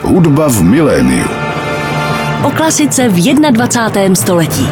Hudba v miléniu. O klasice v 21. století.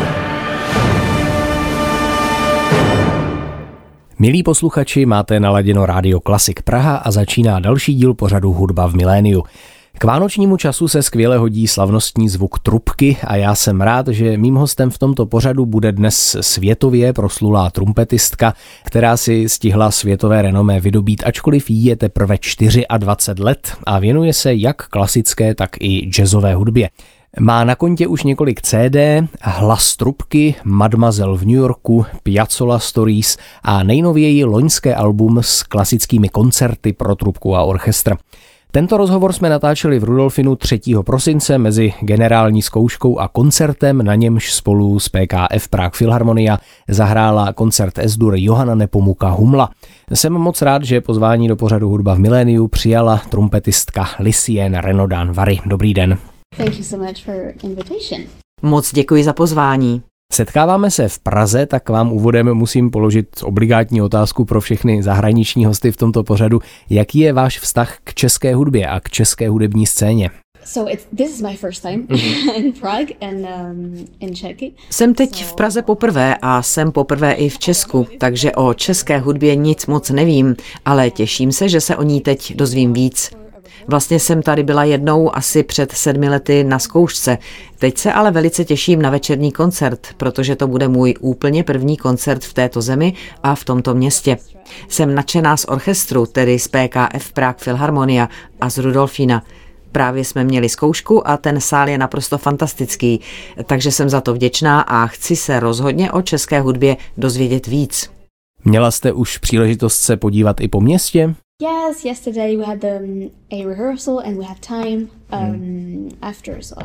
Milí posluchači, máte naladěno Rádio Klasik Praha a začíná další díl pořadu Hudba v miléniu. K vánočnímu času se skvěle hodí slavnostní zvuk trubky a já jsem rád, že mým hostem v tomto pořadu bude dnes světově proslulá trumpetistka, která si stihla světové renomé vydobít, ačkoliv jí je teprve 24 let a věnuje se jak klasické, tak i jazzové hudbě. Má na kontě už několik CD, Hlas trubky, Mademoiselle v New Yorku, Piazzolla Stories a nejnověji loňské album s klasickými koncerty pro trubku a orchestr. Tento rozhovor jsme natáčeli v Rudolfinu 3. prosince mezi generální zkouškou a koncertem, na němž spolu s PKF Prague Philharmonia zahrála koncert S-dur Johanna Nepomuka Humla. Jsem moc rád, že pozvání do pořadu Hudba v miléniu přijala trumpetistka Lucienne Renaudin-Vary. Dobrý den. Thank you so much for invitation. Moc děkuji za pozvání. Setkáváme se v Praze, tak vám úvodem musím položit obligátní otázku pro všechny zahraniční hosty v tomto pořadu. Jaký je váš vztah k české hudbě a k české hudební scéně? This is my first time in Prague and in Czechy. Jsem teď v Praze poprvé a jsem poprvé i v Česku, takže o české hudbě nic moc nevím, ale těším se, že se o ní teď dozvím víc. Vlastně jsem tady byla jednou asi před 7 lety na zkoušce. Teď se ale velice těším na večerní koncert, protože to bude můj úplně první koncert v této zemi a v tomto městě. Jsem nadšená z orchestru, tedy z PKF Prague Philharmonia a z Rudolfina. Právě jsme měli zkoušku a ten sál je naprosto fantastický, takže jsem za to vděčná a chci se rozhodně o české hudbě dozvědět víc. Měla jste už příležitost se podívat i po městě? Yes, yesterday we had a rehearsal and we had time after, so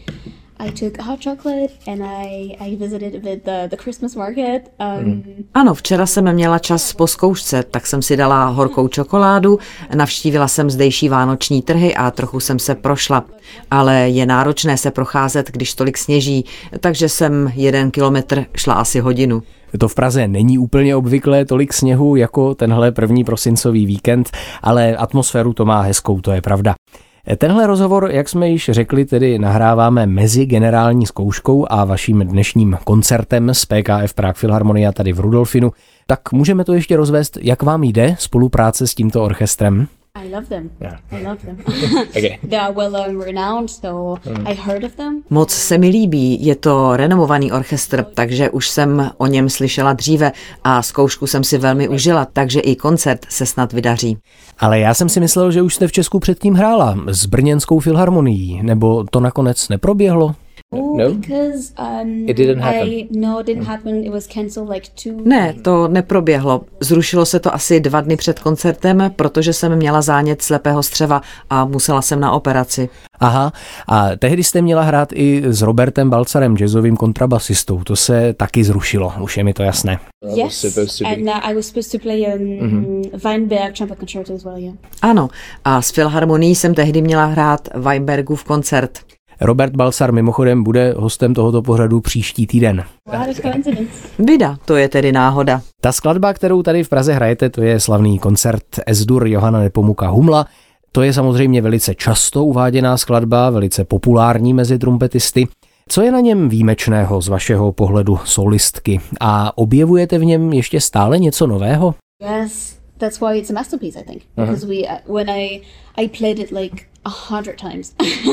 I took hot chocolate and I visited with the Christmas market. Ano, včera jsem měla čas po zkoušce, tak jsem si dala horkou čokoládu, navštívila jsem zdejší vánoční trhy a trochu jsem se prošla. Ale je náročné se procházet, když tolik sněží, takže jsem 1 kilometr šla asi hodinu. To v Praze není úplně obvyklé tolik sněhu jako tenhle první prosincový víkend, ale atmosféru to má hezkou, to je pravda. Tenhle rozhovor, jak jsme již řekli, tedy nahráváme mezi generální zkouškou a vaším dnešním koncertem z PKF Prague Philharmonia tady v Rudolfinu. Tak můžeme to ještě rozvést, jak vám jde spolupráce s tímto orchestrem? I love them. Yeah. I love them. Okay. They are well renowned, so I heard of them. Moc se mi líbí, je to renomovaný orchestr, takže už jsem o něm slyšela dříve a zkoušku jsem si velmi užila, takže i koncert se snad vydaří. Ale já jsem si myslel, že už jste v Česku předtím hrála s brněnskou filharmonií, nebo to nakonec neproběhlo? No, because it didn't happen. It didn't happen. It was cancelled like 2 Ne, to neproběhlo. Zrušilo se to asi 2 dny před koncertem, protože jsem měla zánět slepého střeva a musela jsem na operaci. Aha, a tehdy jste měla hrát i s Robertem Balcarem, jazzovým kontrabasistou. To se taky zrušilo, už je mi to jasné. Yes, and I was supposed to play Weinberg trumpet concerto as well, yeah. Ano, a s Filharmonií jsem tehdy měla hrát Weinbergův koncert. Robert Balcar mimochodem bude hostem tohoto pořadu příští týden. What a coincidence. Vida, to je tedy náhoda. Ta skladba, kterou tady v Praze hrajete, to je slavný koncert S-dur Johanna Nepomuka Humla. To je samozřejmě velice často uváděná skladba, velice populární mezi trumpetisty. Co je na něm výjimečného z vašeho pohledu solistky? A objevujete v něm ještě stále něco nového? Yes, that's why it's a masterpiece, I think. Because when I played it like 100 times,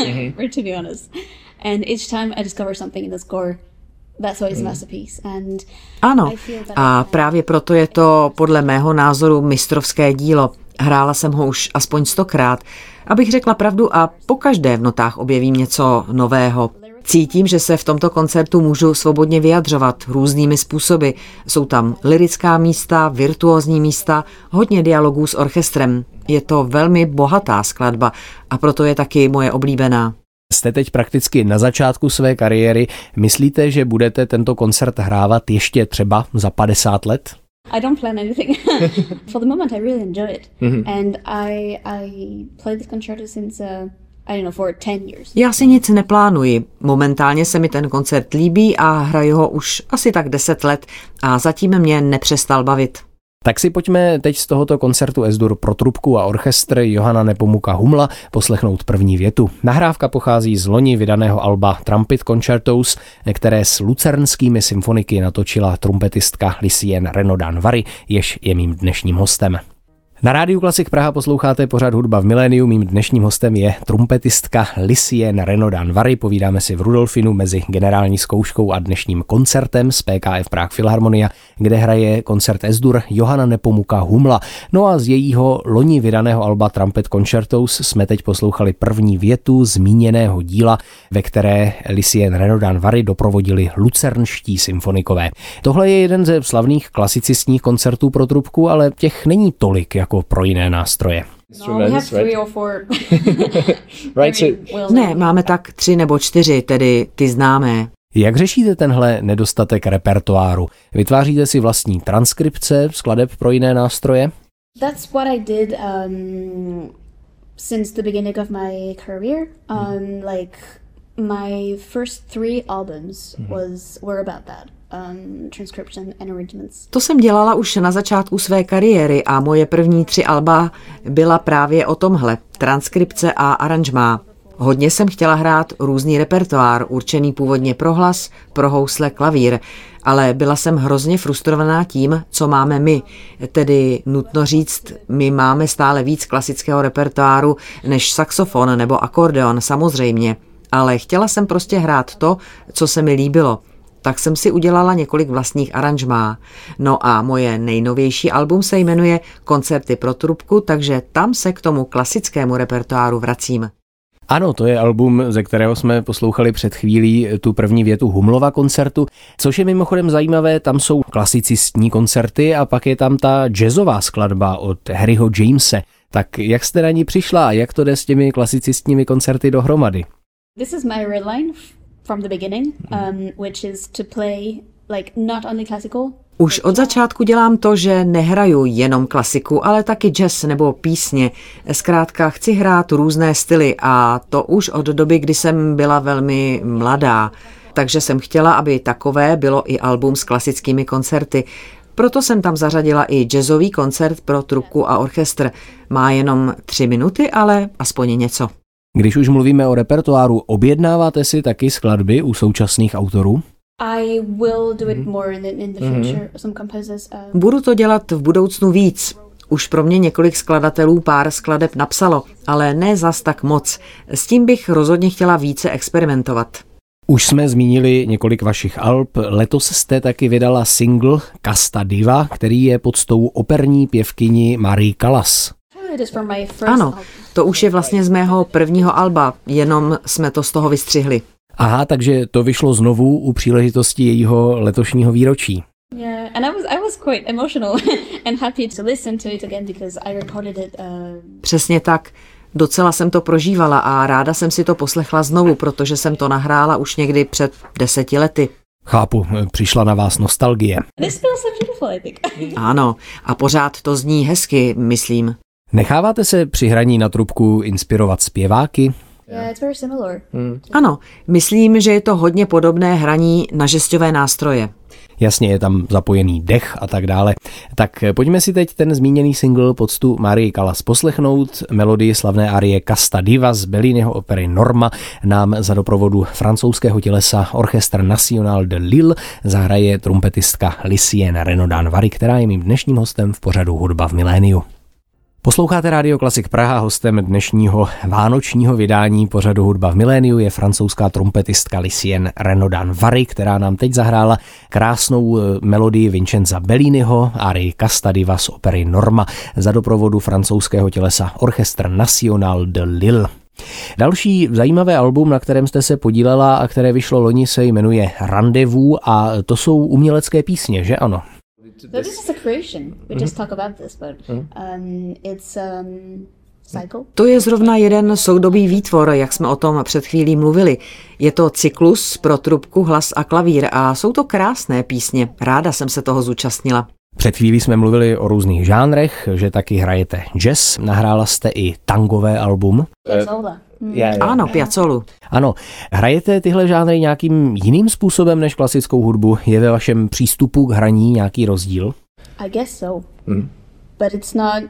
to be honest, and each time I discover something in the score. That's why it's a masterpiece. And ano, a právě proto je to podle mého názoru mistrovské dílo. Hrála jsem ho už aspoň 100krát. Abych řekla pravdu, a pokaždé v notách objevím něco nového. Cítím, že se v tomto koncertu můžu svobodně vyjadřovat různými způsoby. Jsou tam lyrická místa, virtuózní místa, hodně dialogů s orchestrem. Je to velmi bohatá skladba a proto je taky moje oblíbená. Jste teď prakticky na začátku své kariéry. Myslíte, že budete tento koncert hrávat ještě třeba za 50 let? I don't plan anything. For the moment, I really enjoy it. And I play this concerto since for 10 years. Já si nic neplánuji. Momentálně se mi ten koncert líbí a hraju ho už asi tak 10 let a zatím mě nepřestal bavit. Tak si pojďme teď z tohoto koncertu S-dur pro trubku a orchestr Johana Nepomuka Humla poslechnout první větu. Nahrávka pochází z loni vydaného alba Trumpet Concertos, které s lucernskými symfoniky natočila trumpetistka Lucienne Renaud-Danvary, jež je mým dnešním hostem. Na Rádiu Klasik Praha posloucháte pořad Hudba v miléniu. Mým dnešním hostem je trumpetistka Lucienne Renaud-Danvary. Povídáme si v Rudolfinu mezi generální zkouškou a dnešním koncertem z PKF Prague Philharmonia, kde hraje koncert S-dur Johana Nepomuka Humla. No a z jejího loni vydaného alba Trumpet Concertos jsme teď poslouchali první větu zmíněného díla, ve které Lucienne Renaud-Danvary doprovodili lucernští symfonikové. Tohle je jeden ze slavných klasicistních koncertů pro trubku, ale těch není tolik jako pro jiné nástroje. No, we have 3 or 4. Ne, máme tak 3 nebo 4, tedy ty známé. Jak řešíte tenhle nedostatek repertoáru? Vytváříte si vlastní transkripce skladeb pro jiné nástroje? That's what I did since the beginning of my career. Like my first 3 albums were about that. Transcription and arrangements. To jsem dělala už na začátku své kariéry a moje první 3 alba byla právě o tomhle, transkripce a aranžmá. Hodně jsem chtěla hrát různý repertoár, určený původně pro hlas, pro housle, klavír, ale byla jsem hrozně frustrovaná tím, co máme my. Tedy nutno říct, my máme stále víc klasického repertoáru než saxofon nebo akordeon, samozřejmě, ale chtěla jsem prostě hrát to, co se mi líbilo. Tak jsem si udělala několik vlastních aranžmá. No a moje nejnovější album se jmenuje Koncerty pro trubku, takže tam se k tomu klasickému repertoáru vracím. Ano, to je album, ze kterého jsme poslouchali před chvílí tu první větu Humlova koncertu, což je mimochodem zajímavé, tam jsou klasicistní koncerty a pak je tam ta jazzová skladba od Harryho Jamese. Tak jak jste na ní přišla a jak to jde s těmi klasicistními koncerty dohromady? This is my red line from the beginning, which is to play like not only classical. Už od začátku dělám to, že nehraju jenom klasiku, ale taky jazz nebo písně. Zkrátka chci hrát různé styly a to už od doby, kdy jsem byla velmi mladá. Takže jsem chtěla, aby takové bylo i album s klasickými koncerty. Proto jsem tam zařadila i jazzový koncert pro trubku a orchestr. Má jenom 3 minuty, ale aspoň něco. Když už mluvíme o repertoáru, objednáváte si taky skladby u současných autorů? I will do it more in the future. Some composers. Budu to dělat v budoucnu víc. Už pro mě několik skladatelů pár skladeb napsalo, ale ne zas tak moc. S tím bych rozhodně chtěla více experimentovat. Už jsme zmínili několik vašich alb. Letos jste taky vydala single Casta Diva, který je podstou operní pěvkyni Marie Callas. Ano, to už je vlastně z mého prvního alba, jenom jsme to z toho vystřihli. Aha, takže to vyšlo znovu u příležitosti jejího letošního výročí. Yeah, and I was quite emotional and happy to listen to it again because I recorded it. Přesně tak. Docela jsem to prožívala a ráda jsem si to poslechla znovu, protože jsem to nahrála už někdy před 10 lety. Chápu, přišla na vás nostalgie. This feels so beautiful, I think. Ano, a pořád to zní hezky, myslím. Necháváte se při hraní na trubku inspirovat zpěváky? Yeah, it's very similar. Ano, myslím, že je to hodně podobné hraní na žesťové nástroje. Jasně, je tam zapojený dech a tak dále. Tak pojďme si teď ten zmíněný single poctu Marie Callas poslechnout. Melodii slavné arie Casta Diva z Belliniho opery Norma nám za doprovodu francouzského tělesa Orchestre National de Lille zahraje trumpetistka Lucienne Renaud-Danvary, která je mým dnešním hostem v pořadu Hudba v miléniu. Posloucháte Rádio Klasik Praha, hostem dnešního vánočního vydání pořadu Hudba v miléniu je francouzská trumpetistka Lucienne Renaud-Danvary, která nám teď zahrála krásnou melodii Vincenza Belliniho, arii Casta Diva z opery Norma za doprovodu francouzského tělesa Orchestre National de Lille. Další zajímavé album, na kterém jste se podílela a které vyšlo loni, se jmenuje Rendezvous a to jsou umělecké písně, že ano? So this is a creation. We just talk about this, but it's cycle. To je zrovna jeden soudobý výtvor, jak jsme o tom před chvílí mluvili. Je to cyklus pro trubku, hlas a klavír a jsou to krásné písně. Ráda jsem se toho zúčastnila. Před chvílí jsme mluvili o různých žánrech, že taky hrajete jazz, nahrála jste i tangové album. Ano, Piazzolu. Ano, hrajete tyhle žánry nějakým jiným způsobem než klasickou hudbu? Je ve vašem přístupu k hraní nějaký rozdíl? I guess so. But it's not,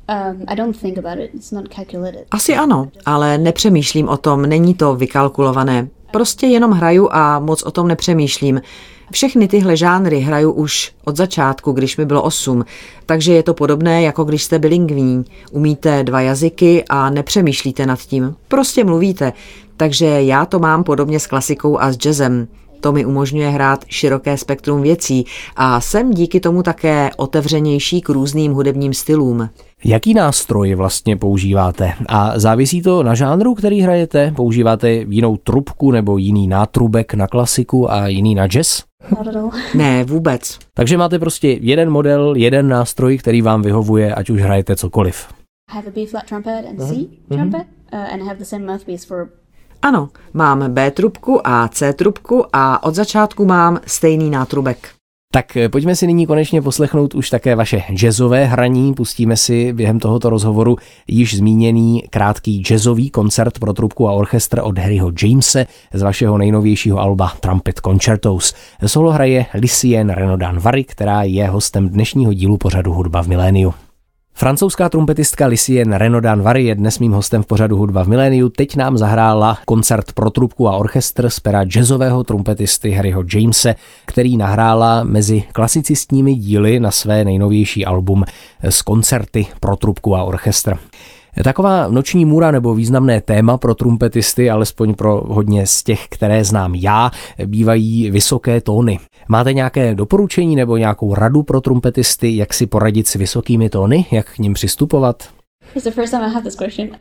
I don't think about it. It's not calculated. Asi ano, ale nepřemýšlím o tom, není to vykalkulované. Prostě jenom hraju a moc o tom nepřemýšlím. Všechny tyhle žánry hraju už od začátku, když mi bylo 8, takže je to podobné, jako když jste bilingvní. Umíte 2 jazyky a nepřemýšlíte nad tím, prostě mluvíte. Takže já to mám podobně s klasikou a s jazzem. To mi umožňuje hrát široké spektrum věcí a jsem díky tomu také otevřenější k různým hudebním stylům. Jaký nástroj vlastně používáte? A závisí to na žánru, který hrajete? Používáte jinou trubku nebo jiný nátrubek na klasiku a jiný na jazz? Not at all. Ne, vůbec. Takže máte prostě jeden model, jeden nástroj, který vám vyhovuje, ať už hrajete cokoliv. I have a B flat trumpet and C trumpet, and I have the same mouthpiece for. Ano, mám B trubku a C trubku a od začátku mám stejný nátrubek. Tak pojďme si nyní konečně poslechnout už také vaše jazzové hraní. Pustíme si během tohoto rozhovoru již zmíněný krátký jazzový koncert pro trubku a orchestr od Harryho Jamese z vašeho nejnovějšího alba Trumpet Concertos. Solo hraje Lucien Renaudin-Vary, která je hostem dnešního dílu pořadu Hudba v miléniu. Francouzská trumpetistka Lucien Renaudin-Vary je dnes mým hostem v pořadu Hudba v miléniu. Teď nám zahrála koncert pro trubku a orchestr z pera jazzového trumpetisty Harryho Jamese, který nahrála mezi klasicistními díly na své nejnovější album z koncerty pro trubku a orchestr. Taková noční můra nebo významné téma pro trumpetisty, alespoň pro hodně z těch, které znám já, bývají vysoké tóny. Máte nějaké doporučení nebo nějakou radu pro trumpetisty, jak si poradit s vysokými tóny, jak k nim přistupovat? It's the first time I have this question.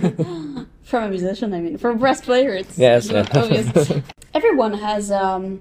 From a musician, I mean. For a brass player, it's obvious. Everyone has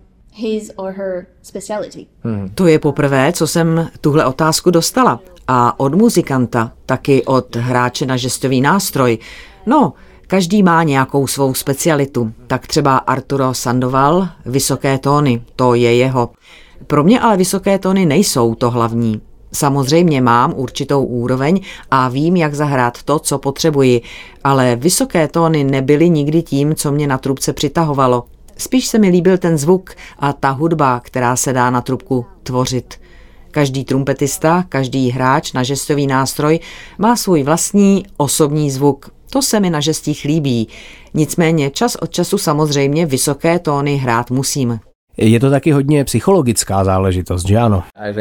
his or her speciality. To je poprvé, co jsem tuhle otázku dostala. A od muzikanta, taky od hráče na žestový nástroj. No, každý má nějakou svou specialitu. Tak třeba Arturo Sandoval, vysoké tóny, to je jeho. Pro mě ale vysoké tóny nejsou to hlavní. Samozřejmě mám určitou úroveň a vím, jak zahrát to, co potřebuji, ale vysoké tóny nebyly nikdy tím, co mě na trubce přitahovalo. Spíš se mi líbil ten zvuk a ta hudba, která se dá na trubku tvořit. Každý trumpetista, každý hráč na žestový nástroj má svůj vlastní osobní zvuk. To se mi na žestích líbí. Nicméně čas od času samozřejmě vysoké tóny hrát musím. Je to taky hodně psychologická záležitost, že ano? I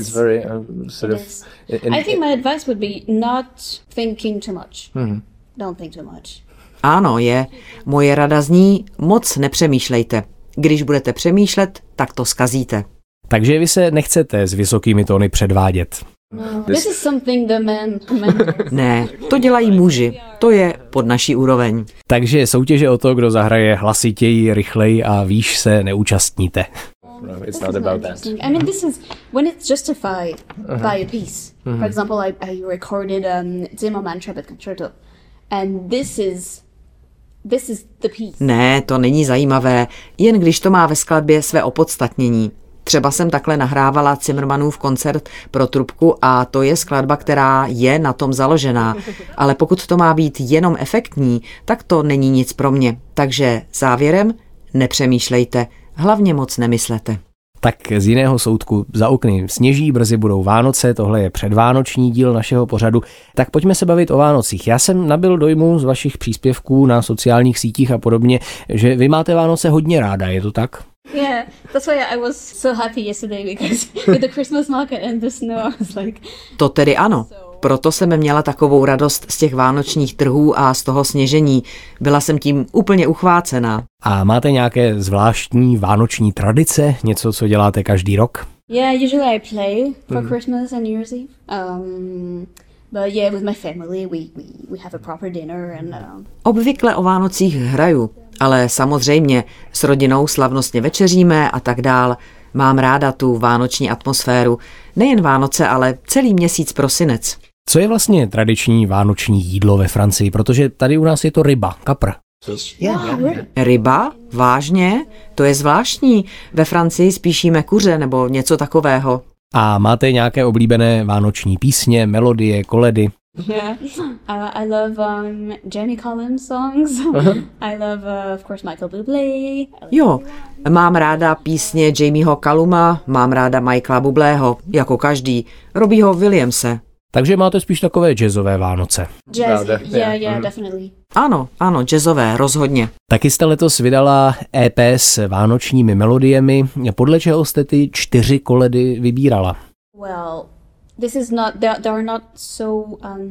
think my advice would be not thinking too much. Don't think too much. Ano, je. Moje rada zní, moc nepřemýšlejte. Když budete přemýšlet, tak to zkazíte. Takže vy se nechcete s vysokými tóny předvádět. No, this is something the men Ne, to dělají muži. To je pod naší úroveň. Takže soutěže o to, kdo zahraje hlasitěji, rychleji a výš se neúčastníte. No, it's not about that. I mean, this is when it's justified by a piece. For example, I recorded Zimmermann Trumpet Concerto, and this is the piece. Ne, to není zajímavé, jen když to má ve skladbě své opodstatnění. Třeba jsem takhle nahrávala Zimmermannův koncert pro trubku a to je skladba, která je na tom založená. Ale pokud to má být jenom efektní, tak to není nic pro mě. Takže závěrem, nepřemýšlejte, hlavně moc nemyslete. Tak z jiného soudku, za okny sněží, brzy budou Vánoce, tohle je předvánoční díl našeho pořadu, tak pojďme se bavit o Vánocích. Já jsem nabyl dojmu z vašich příspěvků na sociálních sítích a podobně, že vy máte Vánoce hodně ráda, je to tak? Yeah, that's why I was so happy yesterday because with the Christmas market and the snow, I was like. To tedy ano. Proto jsem měla takovou radost z těch vánočních trhů a z toho sněžení. Byla jsem tím úplně uchvácená. A máte nějaké zvláštní vánoční tradice? Něco, co děláte každý rok? Yeah, usually I play for Christmas and New Year's Eve. But yeah, with my family, we have a proper dinner and. Obvykle o Vánocích hraju, ale samozřejmě s rodinou slavnostně večeříme a tak dál. Mám ráda tu vánoční atmosféru. Nejen Vánoce, ale celý měsíc prosinec. Co je vlastně tradiční vánoční jídlo ve Francii? Protože tady u nás je to ryba, kapr. Ryba? Vážně? To je zvláštní. Ve Francii spíš jíme kuře nebo něco takového. A máte nějaké oblíbené vánoční písně, melodie, koledy? Yeah. I love Jamie Collins songs. I love, of course, Michael Bublé. Jo, mám ráda písně Jamieho Calluma, mám ráda Michaela Bublého, jako každý, Robbieho Williamse. Takže máte spíš takové jazzové Vánoce. Jazzy, yeah, definitely. Ano, jazzové, rozhodně. Taky jste letos vydala EP s vánočními melodiemi. Podle čeho jste ty 4 koledy vybírala? Well, this is not, they are not so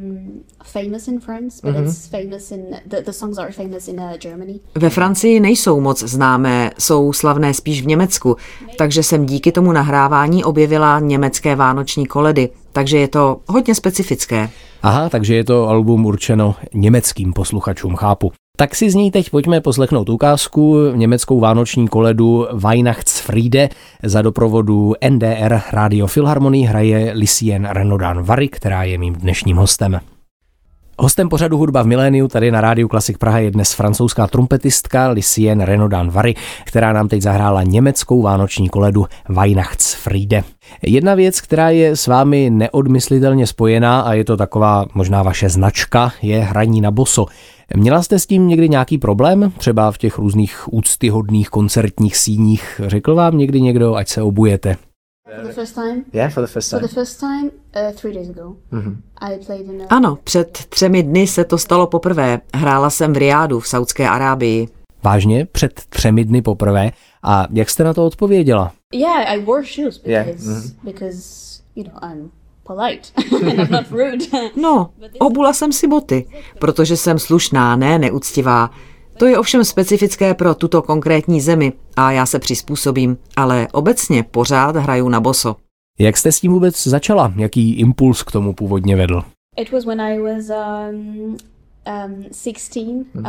famous in France, but it's famous in, the songs are famous in Germany. Ve Francii nejsou moc známé, jsou slavné spíš v Německu, takže jsem díky tomu nahrávání objevila německé vánoční koledy, takže je to hodně specifické. Aha, takže je to album určeno německým posluchačům, chápu. Tak si z něj teď pojďme poslechnout ukázku, německou vánoční koledu Weihnachtsfriede. Za doprovodu NDR Radio Philharmonie hraje Lucien Renaudin-Vary, která je mým dnešním hostem. Hostem pořadu Hudba v miléniu tady na Rádiu Klasik Praha je dnes francouzská trumpetistka Lucien Renaudin-Vary, která nám teď zahrála německou vánoční koledu Weihnachtsfriede. Jedna věc, která je s vámi neodmyslitelně spojená a je to taková možná vaše značka, je hraní na boso. Měla jste s tím někdy nějaký problém? Třeba v těch různých úctyhodných koncertních síních? Řekl vám někdy někdo, ať se obujete? For the first time? Yeah, for the first time. For the first time, 3 days ago. I played in Ano, před 3 dny se to stalo poprvé. Hrála jsem v Riádu v Saudské Arábii. Vážně? Před 3 dny poprvé? A jak jste na to odpověděla? Yeah, I wore shoes because you know, I'm polite and I'm not rude. No, obula jsem si boty, protože jsem slušná, ne neúctivá. To je ovšem specifické pro tuto konkrétní zemi a já se přizpůsobím, ale obecně pořád hraju na boso. Jak jste s tím vůbec začala? Jaký impuls k tomu původně vedl? It was when I was 16,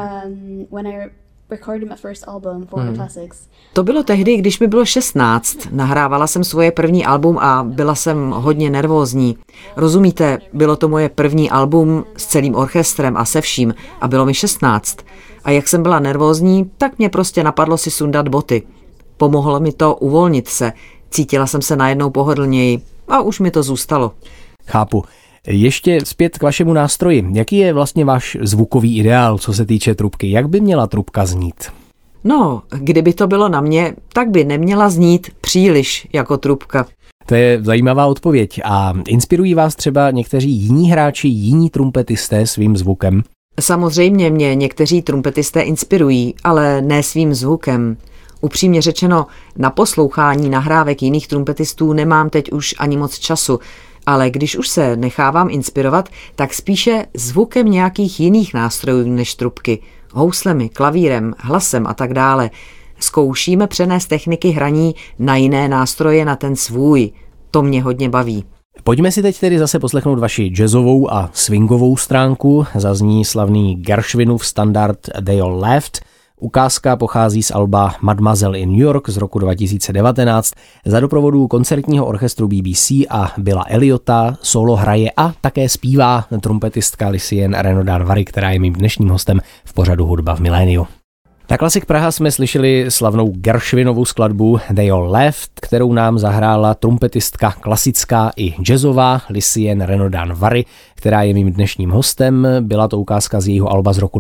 when I recorded my first album for the Classics. To bylo tehdy, když mi bylo 16. Nahrávala jsem svoje první album a byla jsem hodně nervózní. Rozumíte, bylo to moje první album s celým orchestrem a se vším a bylo mi 16. A jak jsem byla nervózní, tak mě prostě napadlo si sundat boty. Pomohlo mi to uvolnit se. Cítila jsem se najednou pohodlněji a už mi to zůstalo. Chápu. Ještě zpět k vašemu nástroji. Jaký je vlastně váš zvukový ideál, co se týče trubky? Jak by měla trubka znít? No, kdyby to bylo na mě, tak by neměla znít příliš jako trubka. To je zajímavá odpověď. A inspirují vás třeba někteří jiní hráči, jiní trumpetisté svým zvukem? Samozřejmě mě někteří trumpetisté inspirují, ale ne svým zvukem. Upřímně řečeno, na poslouchání nahrávek jiných trumpetistů nemám teď už ani moc času, ale když už se nechávám inspirovat, tak spíše zvukem nějakých jiných nástrojů než trubky, houslemi, klavírem, hlasem a tak dále. Zkoušíme přenést techniky hraní na jiné nástroje, na ten svůj. To mě hodně baví. Pojďme si teď tedy zase poslechnout vaši jazzovou a swingovou stránku. Zazní slavný Gershwinův standard They All Laughed. Ukázka pochází z alba Mademoiselle in New York z roku 2019. Za doprovodu koncertního orchestru BBC a Billa Elliota solo hraje a také zpívá trumpetistka Lucien Renaudin-Vary, která je mým dnešním hostem v pořadu Hudba v miléniu. Na Klasik Praha jsme slyšeli slavnou Gershwinovu skladbu They All Laughed, kterou nám zahrála trumpetistka klasická i jazzová Lucien Renaudin-Vary, která je mým dnešním hostem. Byla to ukázka z jejího alba z roku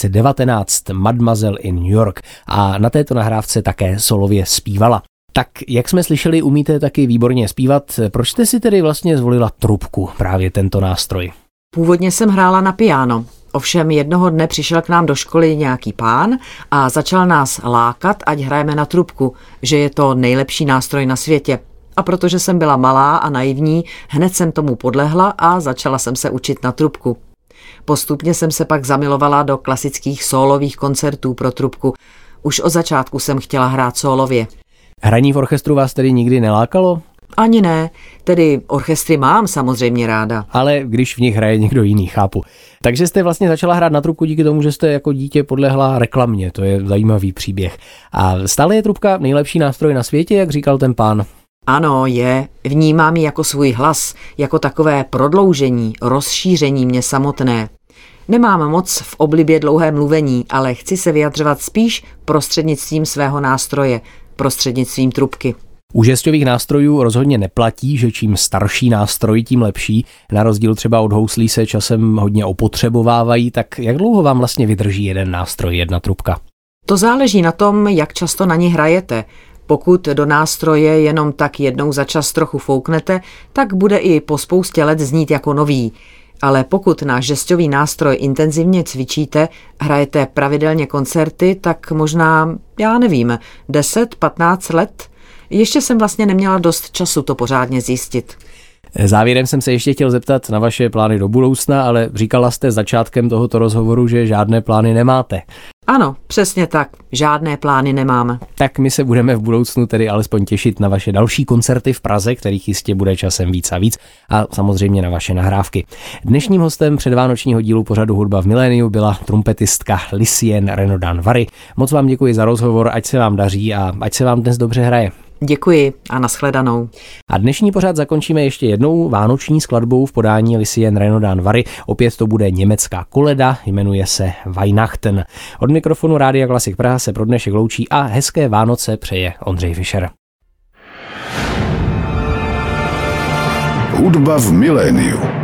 2019 Mademoiselle in New York a na této nahrávce také solově zpívala. Tak jak jsme slyšeli, umíte taky výborně zpívat. Proč jste si tedy vlastně zvolila trubku, právě tento nástroj? Původně jsem hrála na piano. Ovšem jednoho dne přišel k nám do školy nějaký pán a začal nás lákat, ať hrajeme na trubku, že je to nejlepší nástroj na světě. A protože jsem byla malá a naivní, hned jsem tomu podlehla a začala jsem se učit na trubku. Postupně jsem se pak zamilovala do klasických sólových koncertů pro trubku. Už od začátku jsem chtěla hrát sólově. Hraní v orchestru vás tedy nikdy nelákalo? Ani ne, tedy orchestry mám samozřejmě ráda. Ale když v nich hraje někdo jiný, chápu. Takže jste vlastně začala hrát na trubku díky tomu, že jste jako dítě podlehla reklamě, to je zajímavý příběh. A stále je trubka nejlepší nástroj na světě, jak říkal ten pán? Ano, je. Vnímám ji jako svůj hlas, jako takové prodloužení, rozšíření mě samotné. Nemám moc v oblibě dlouhé mluvení, ale chci se vyjadřovat spíš prostřednictvím svého nástroje, prostřednictvím trubky. U žestových nástrojů rozhodně neplatí, že čím starší nástroj, tím lepší. Na rozdíl třeba od houslí se časem hodně opotřebovávají, tak jak dlouho vám vlastně vydrží jeden nástroj, jedna trubka? To záleží na tom, jak často na ní hrajete. Pokud do nástroje jenom tak jednou za čas trochu fouknete, tak bude i po spoustě let znít jako nový. Ale pokud na žestový nástroj intenzivně cvičíte, hrajete pravidelně koncerty, tak možná, já nevím, 10-15 let. Ještě jsem vlastně neměla dost času to pořádně zjistit. Závěrem jsem se ještě chtěl zeptat na vaše plány do budoucna, ale říkala jste začátkem tohoto rozhovoru, že žádné plány nemáte. Ano, přesně tak. Žádné plány nemáme. Tak my se budeme v budoucnu tedy alespoň těšit na vaše další koncerty v Praze, kterých jistě bude časem víc a víc, a samozřejmě na vaše nahrávky. Dnešním hostem předvánočního dílu pořadu Hudba v miléniu byla trumpetistka Lucien Renaudin-Vary. Moc vám děkuji za rozhovor, ať se vám daří a ať se vám dnes dobře hraje. Děkuji a nashledanou. A dnešní pořad zakončíme ještě jednou vánoční skladbou v podání Lucien Renaudin-Vary. Opět to bude německá koleda, jmenuje se Weihnachten. Od mikrofonu Rádia Klasik Praha se pro dnešek loučí a hezké Vánoce přeje Ondřej Fischer. Hudba v miléniu.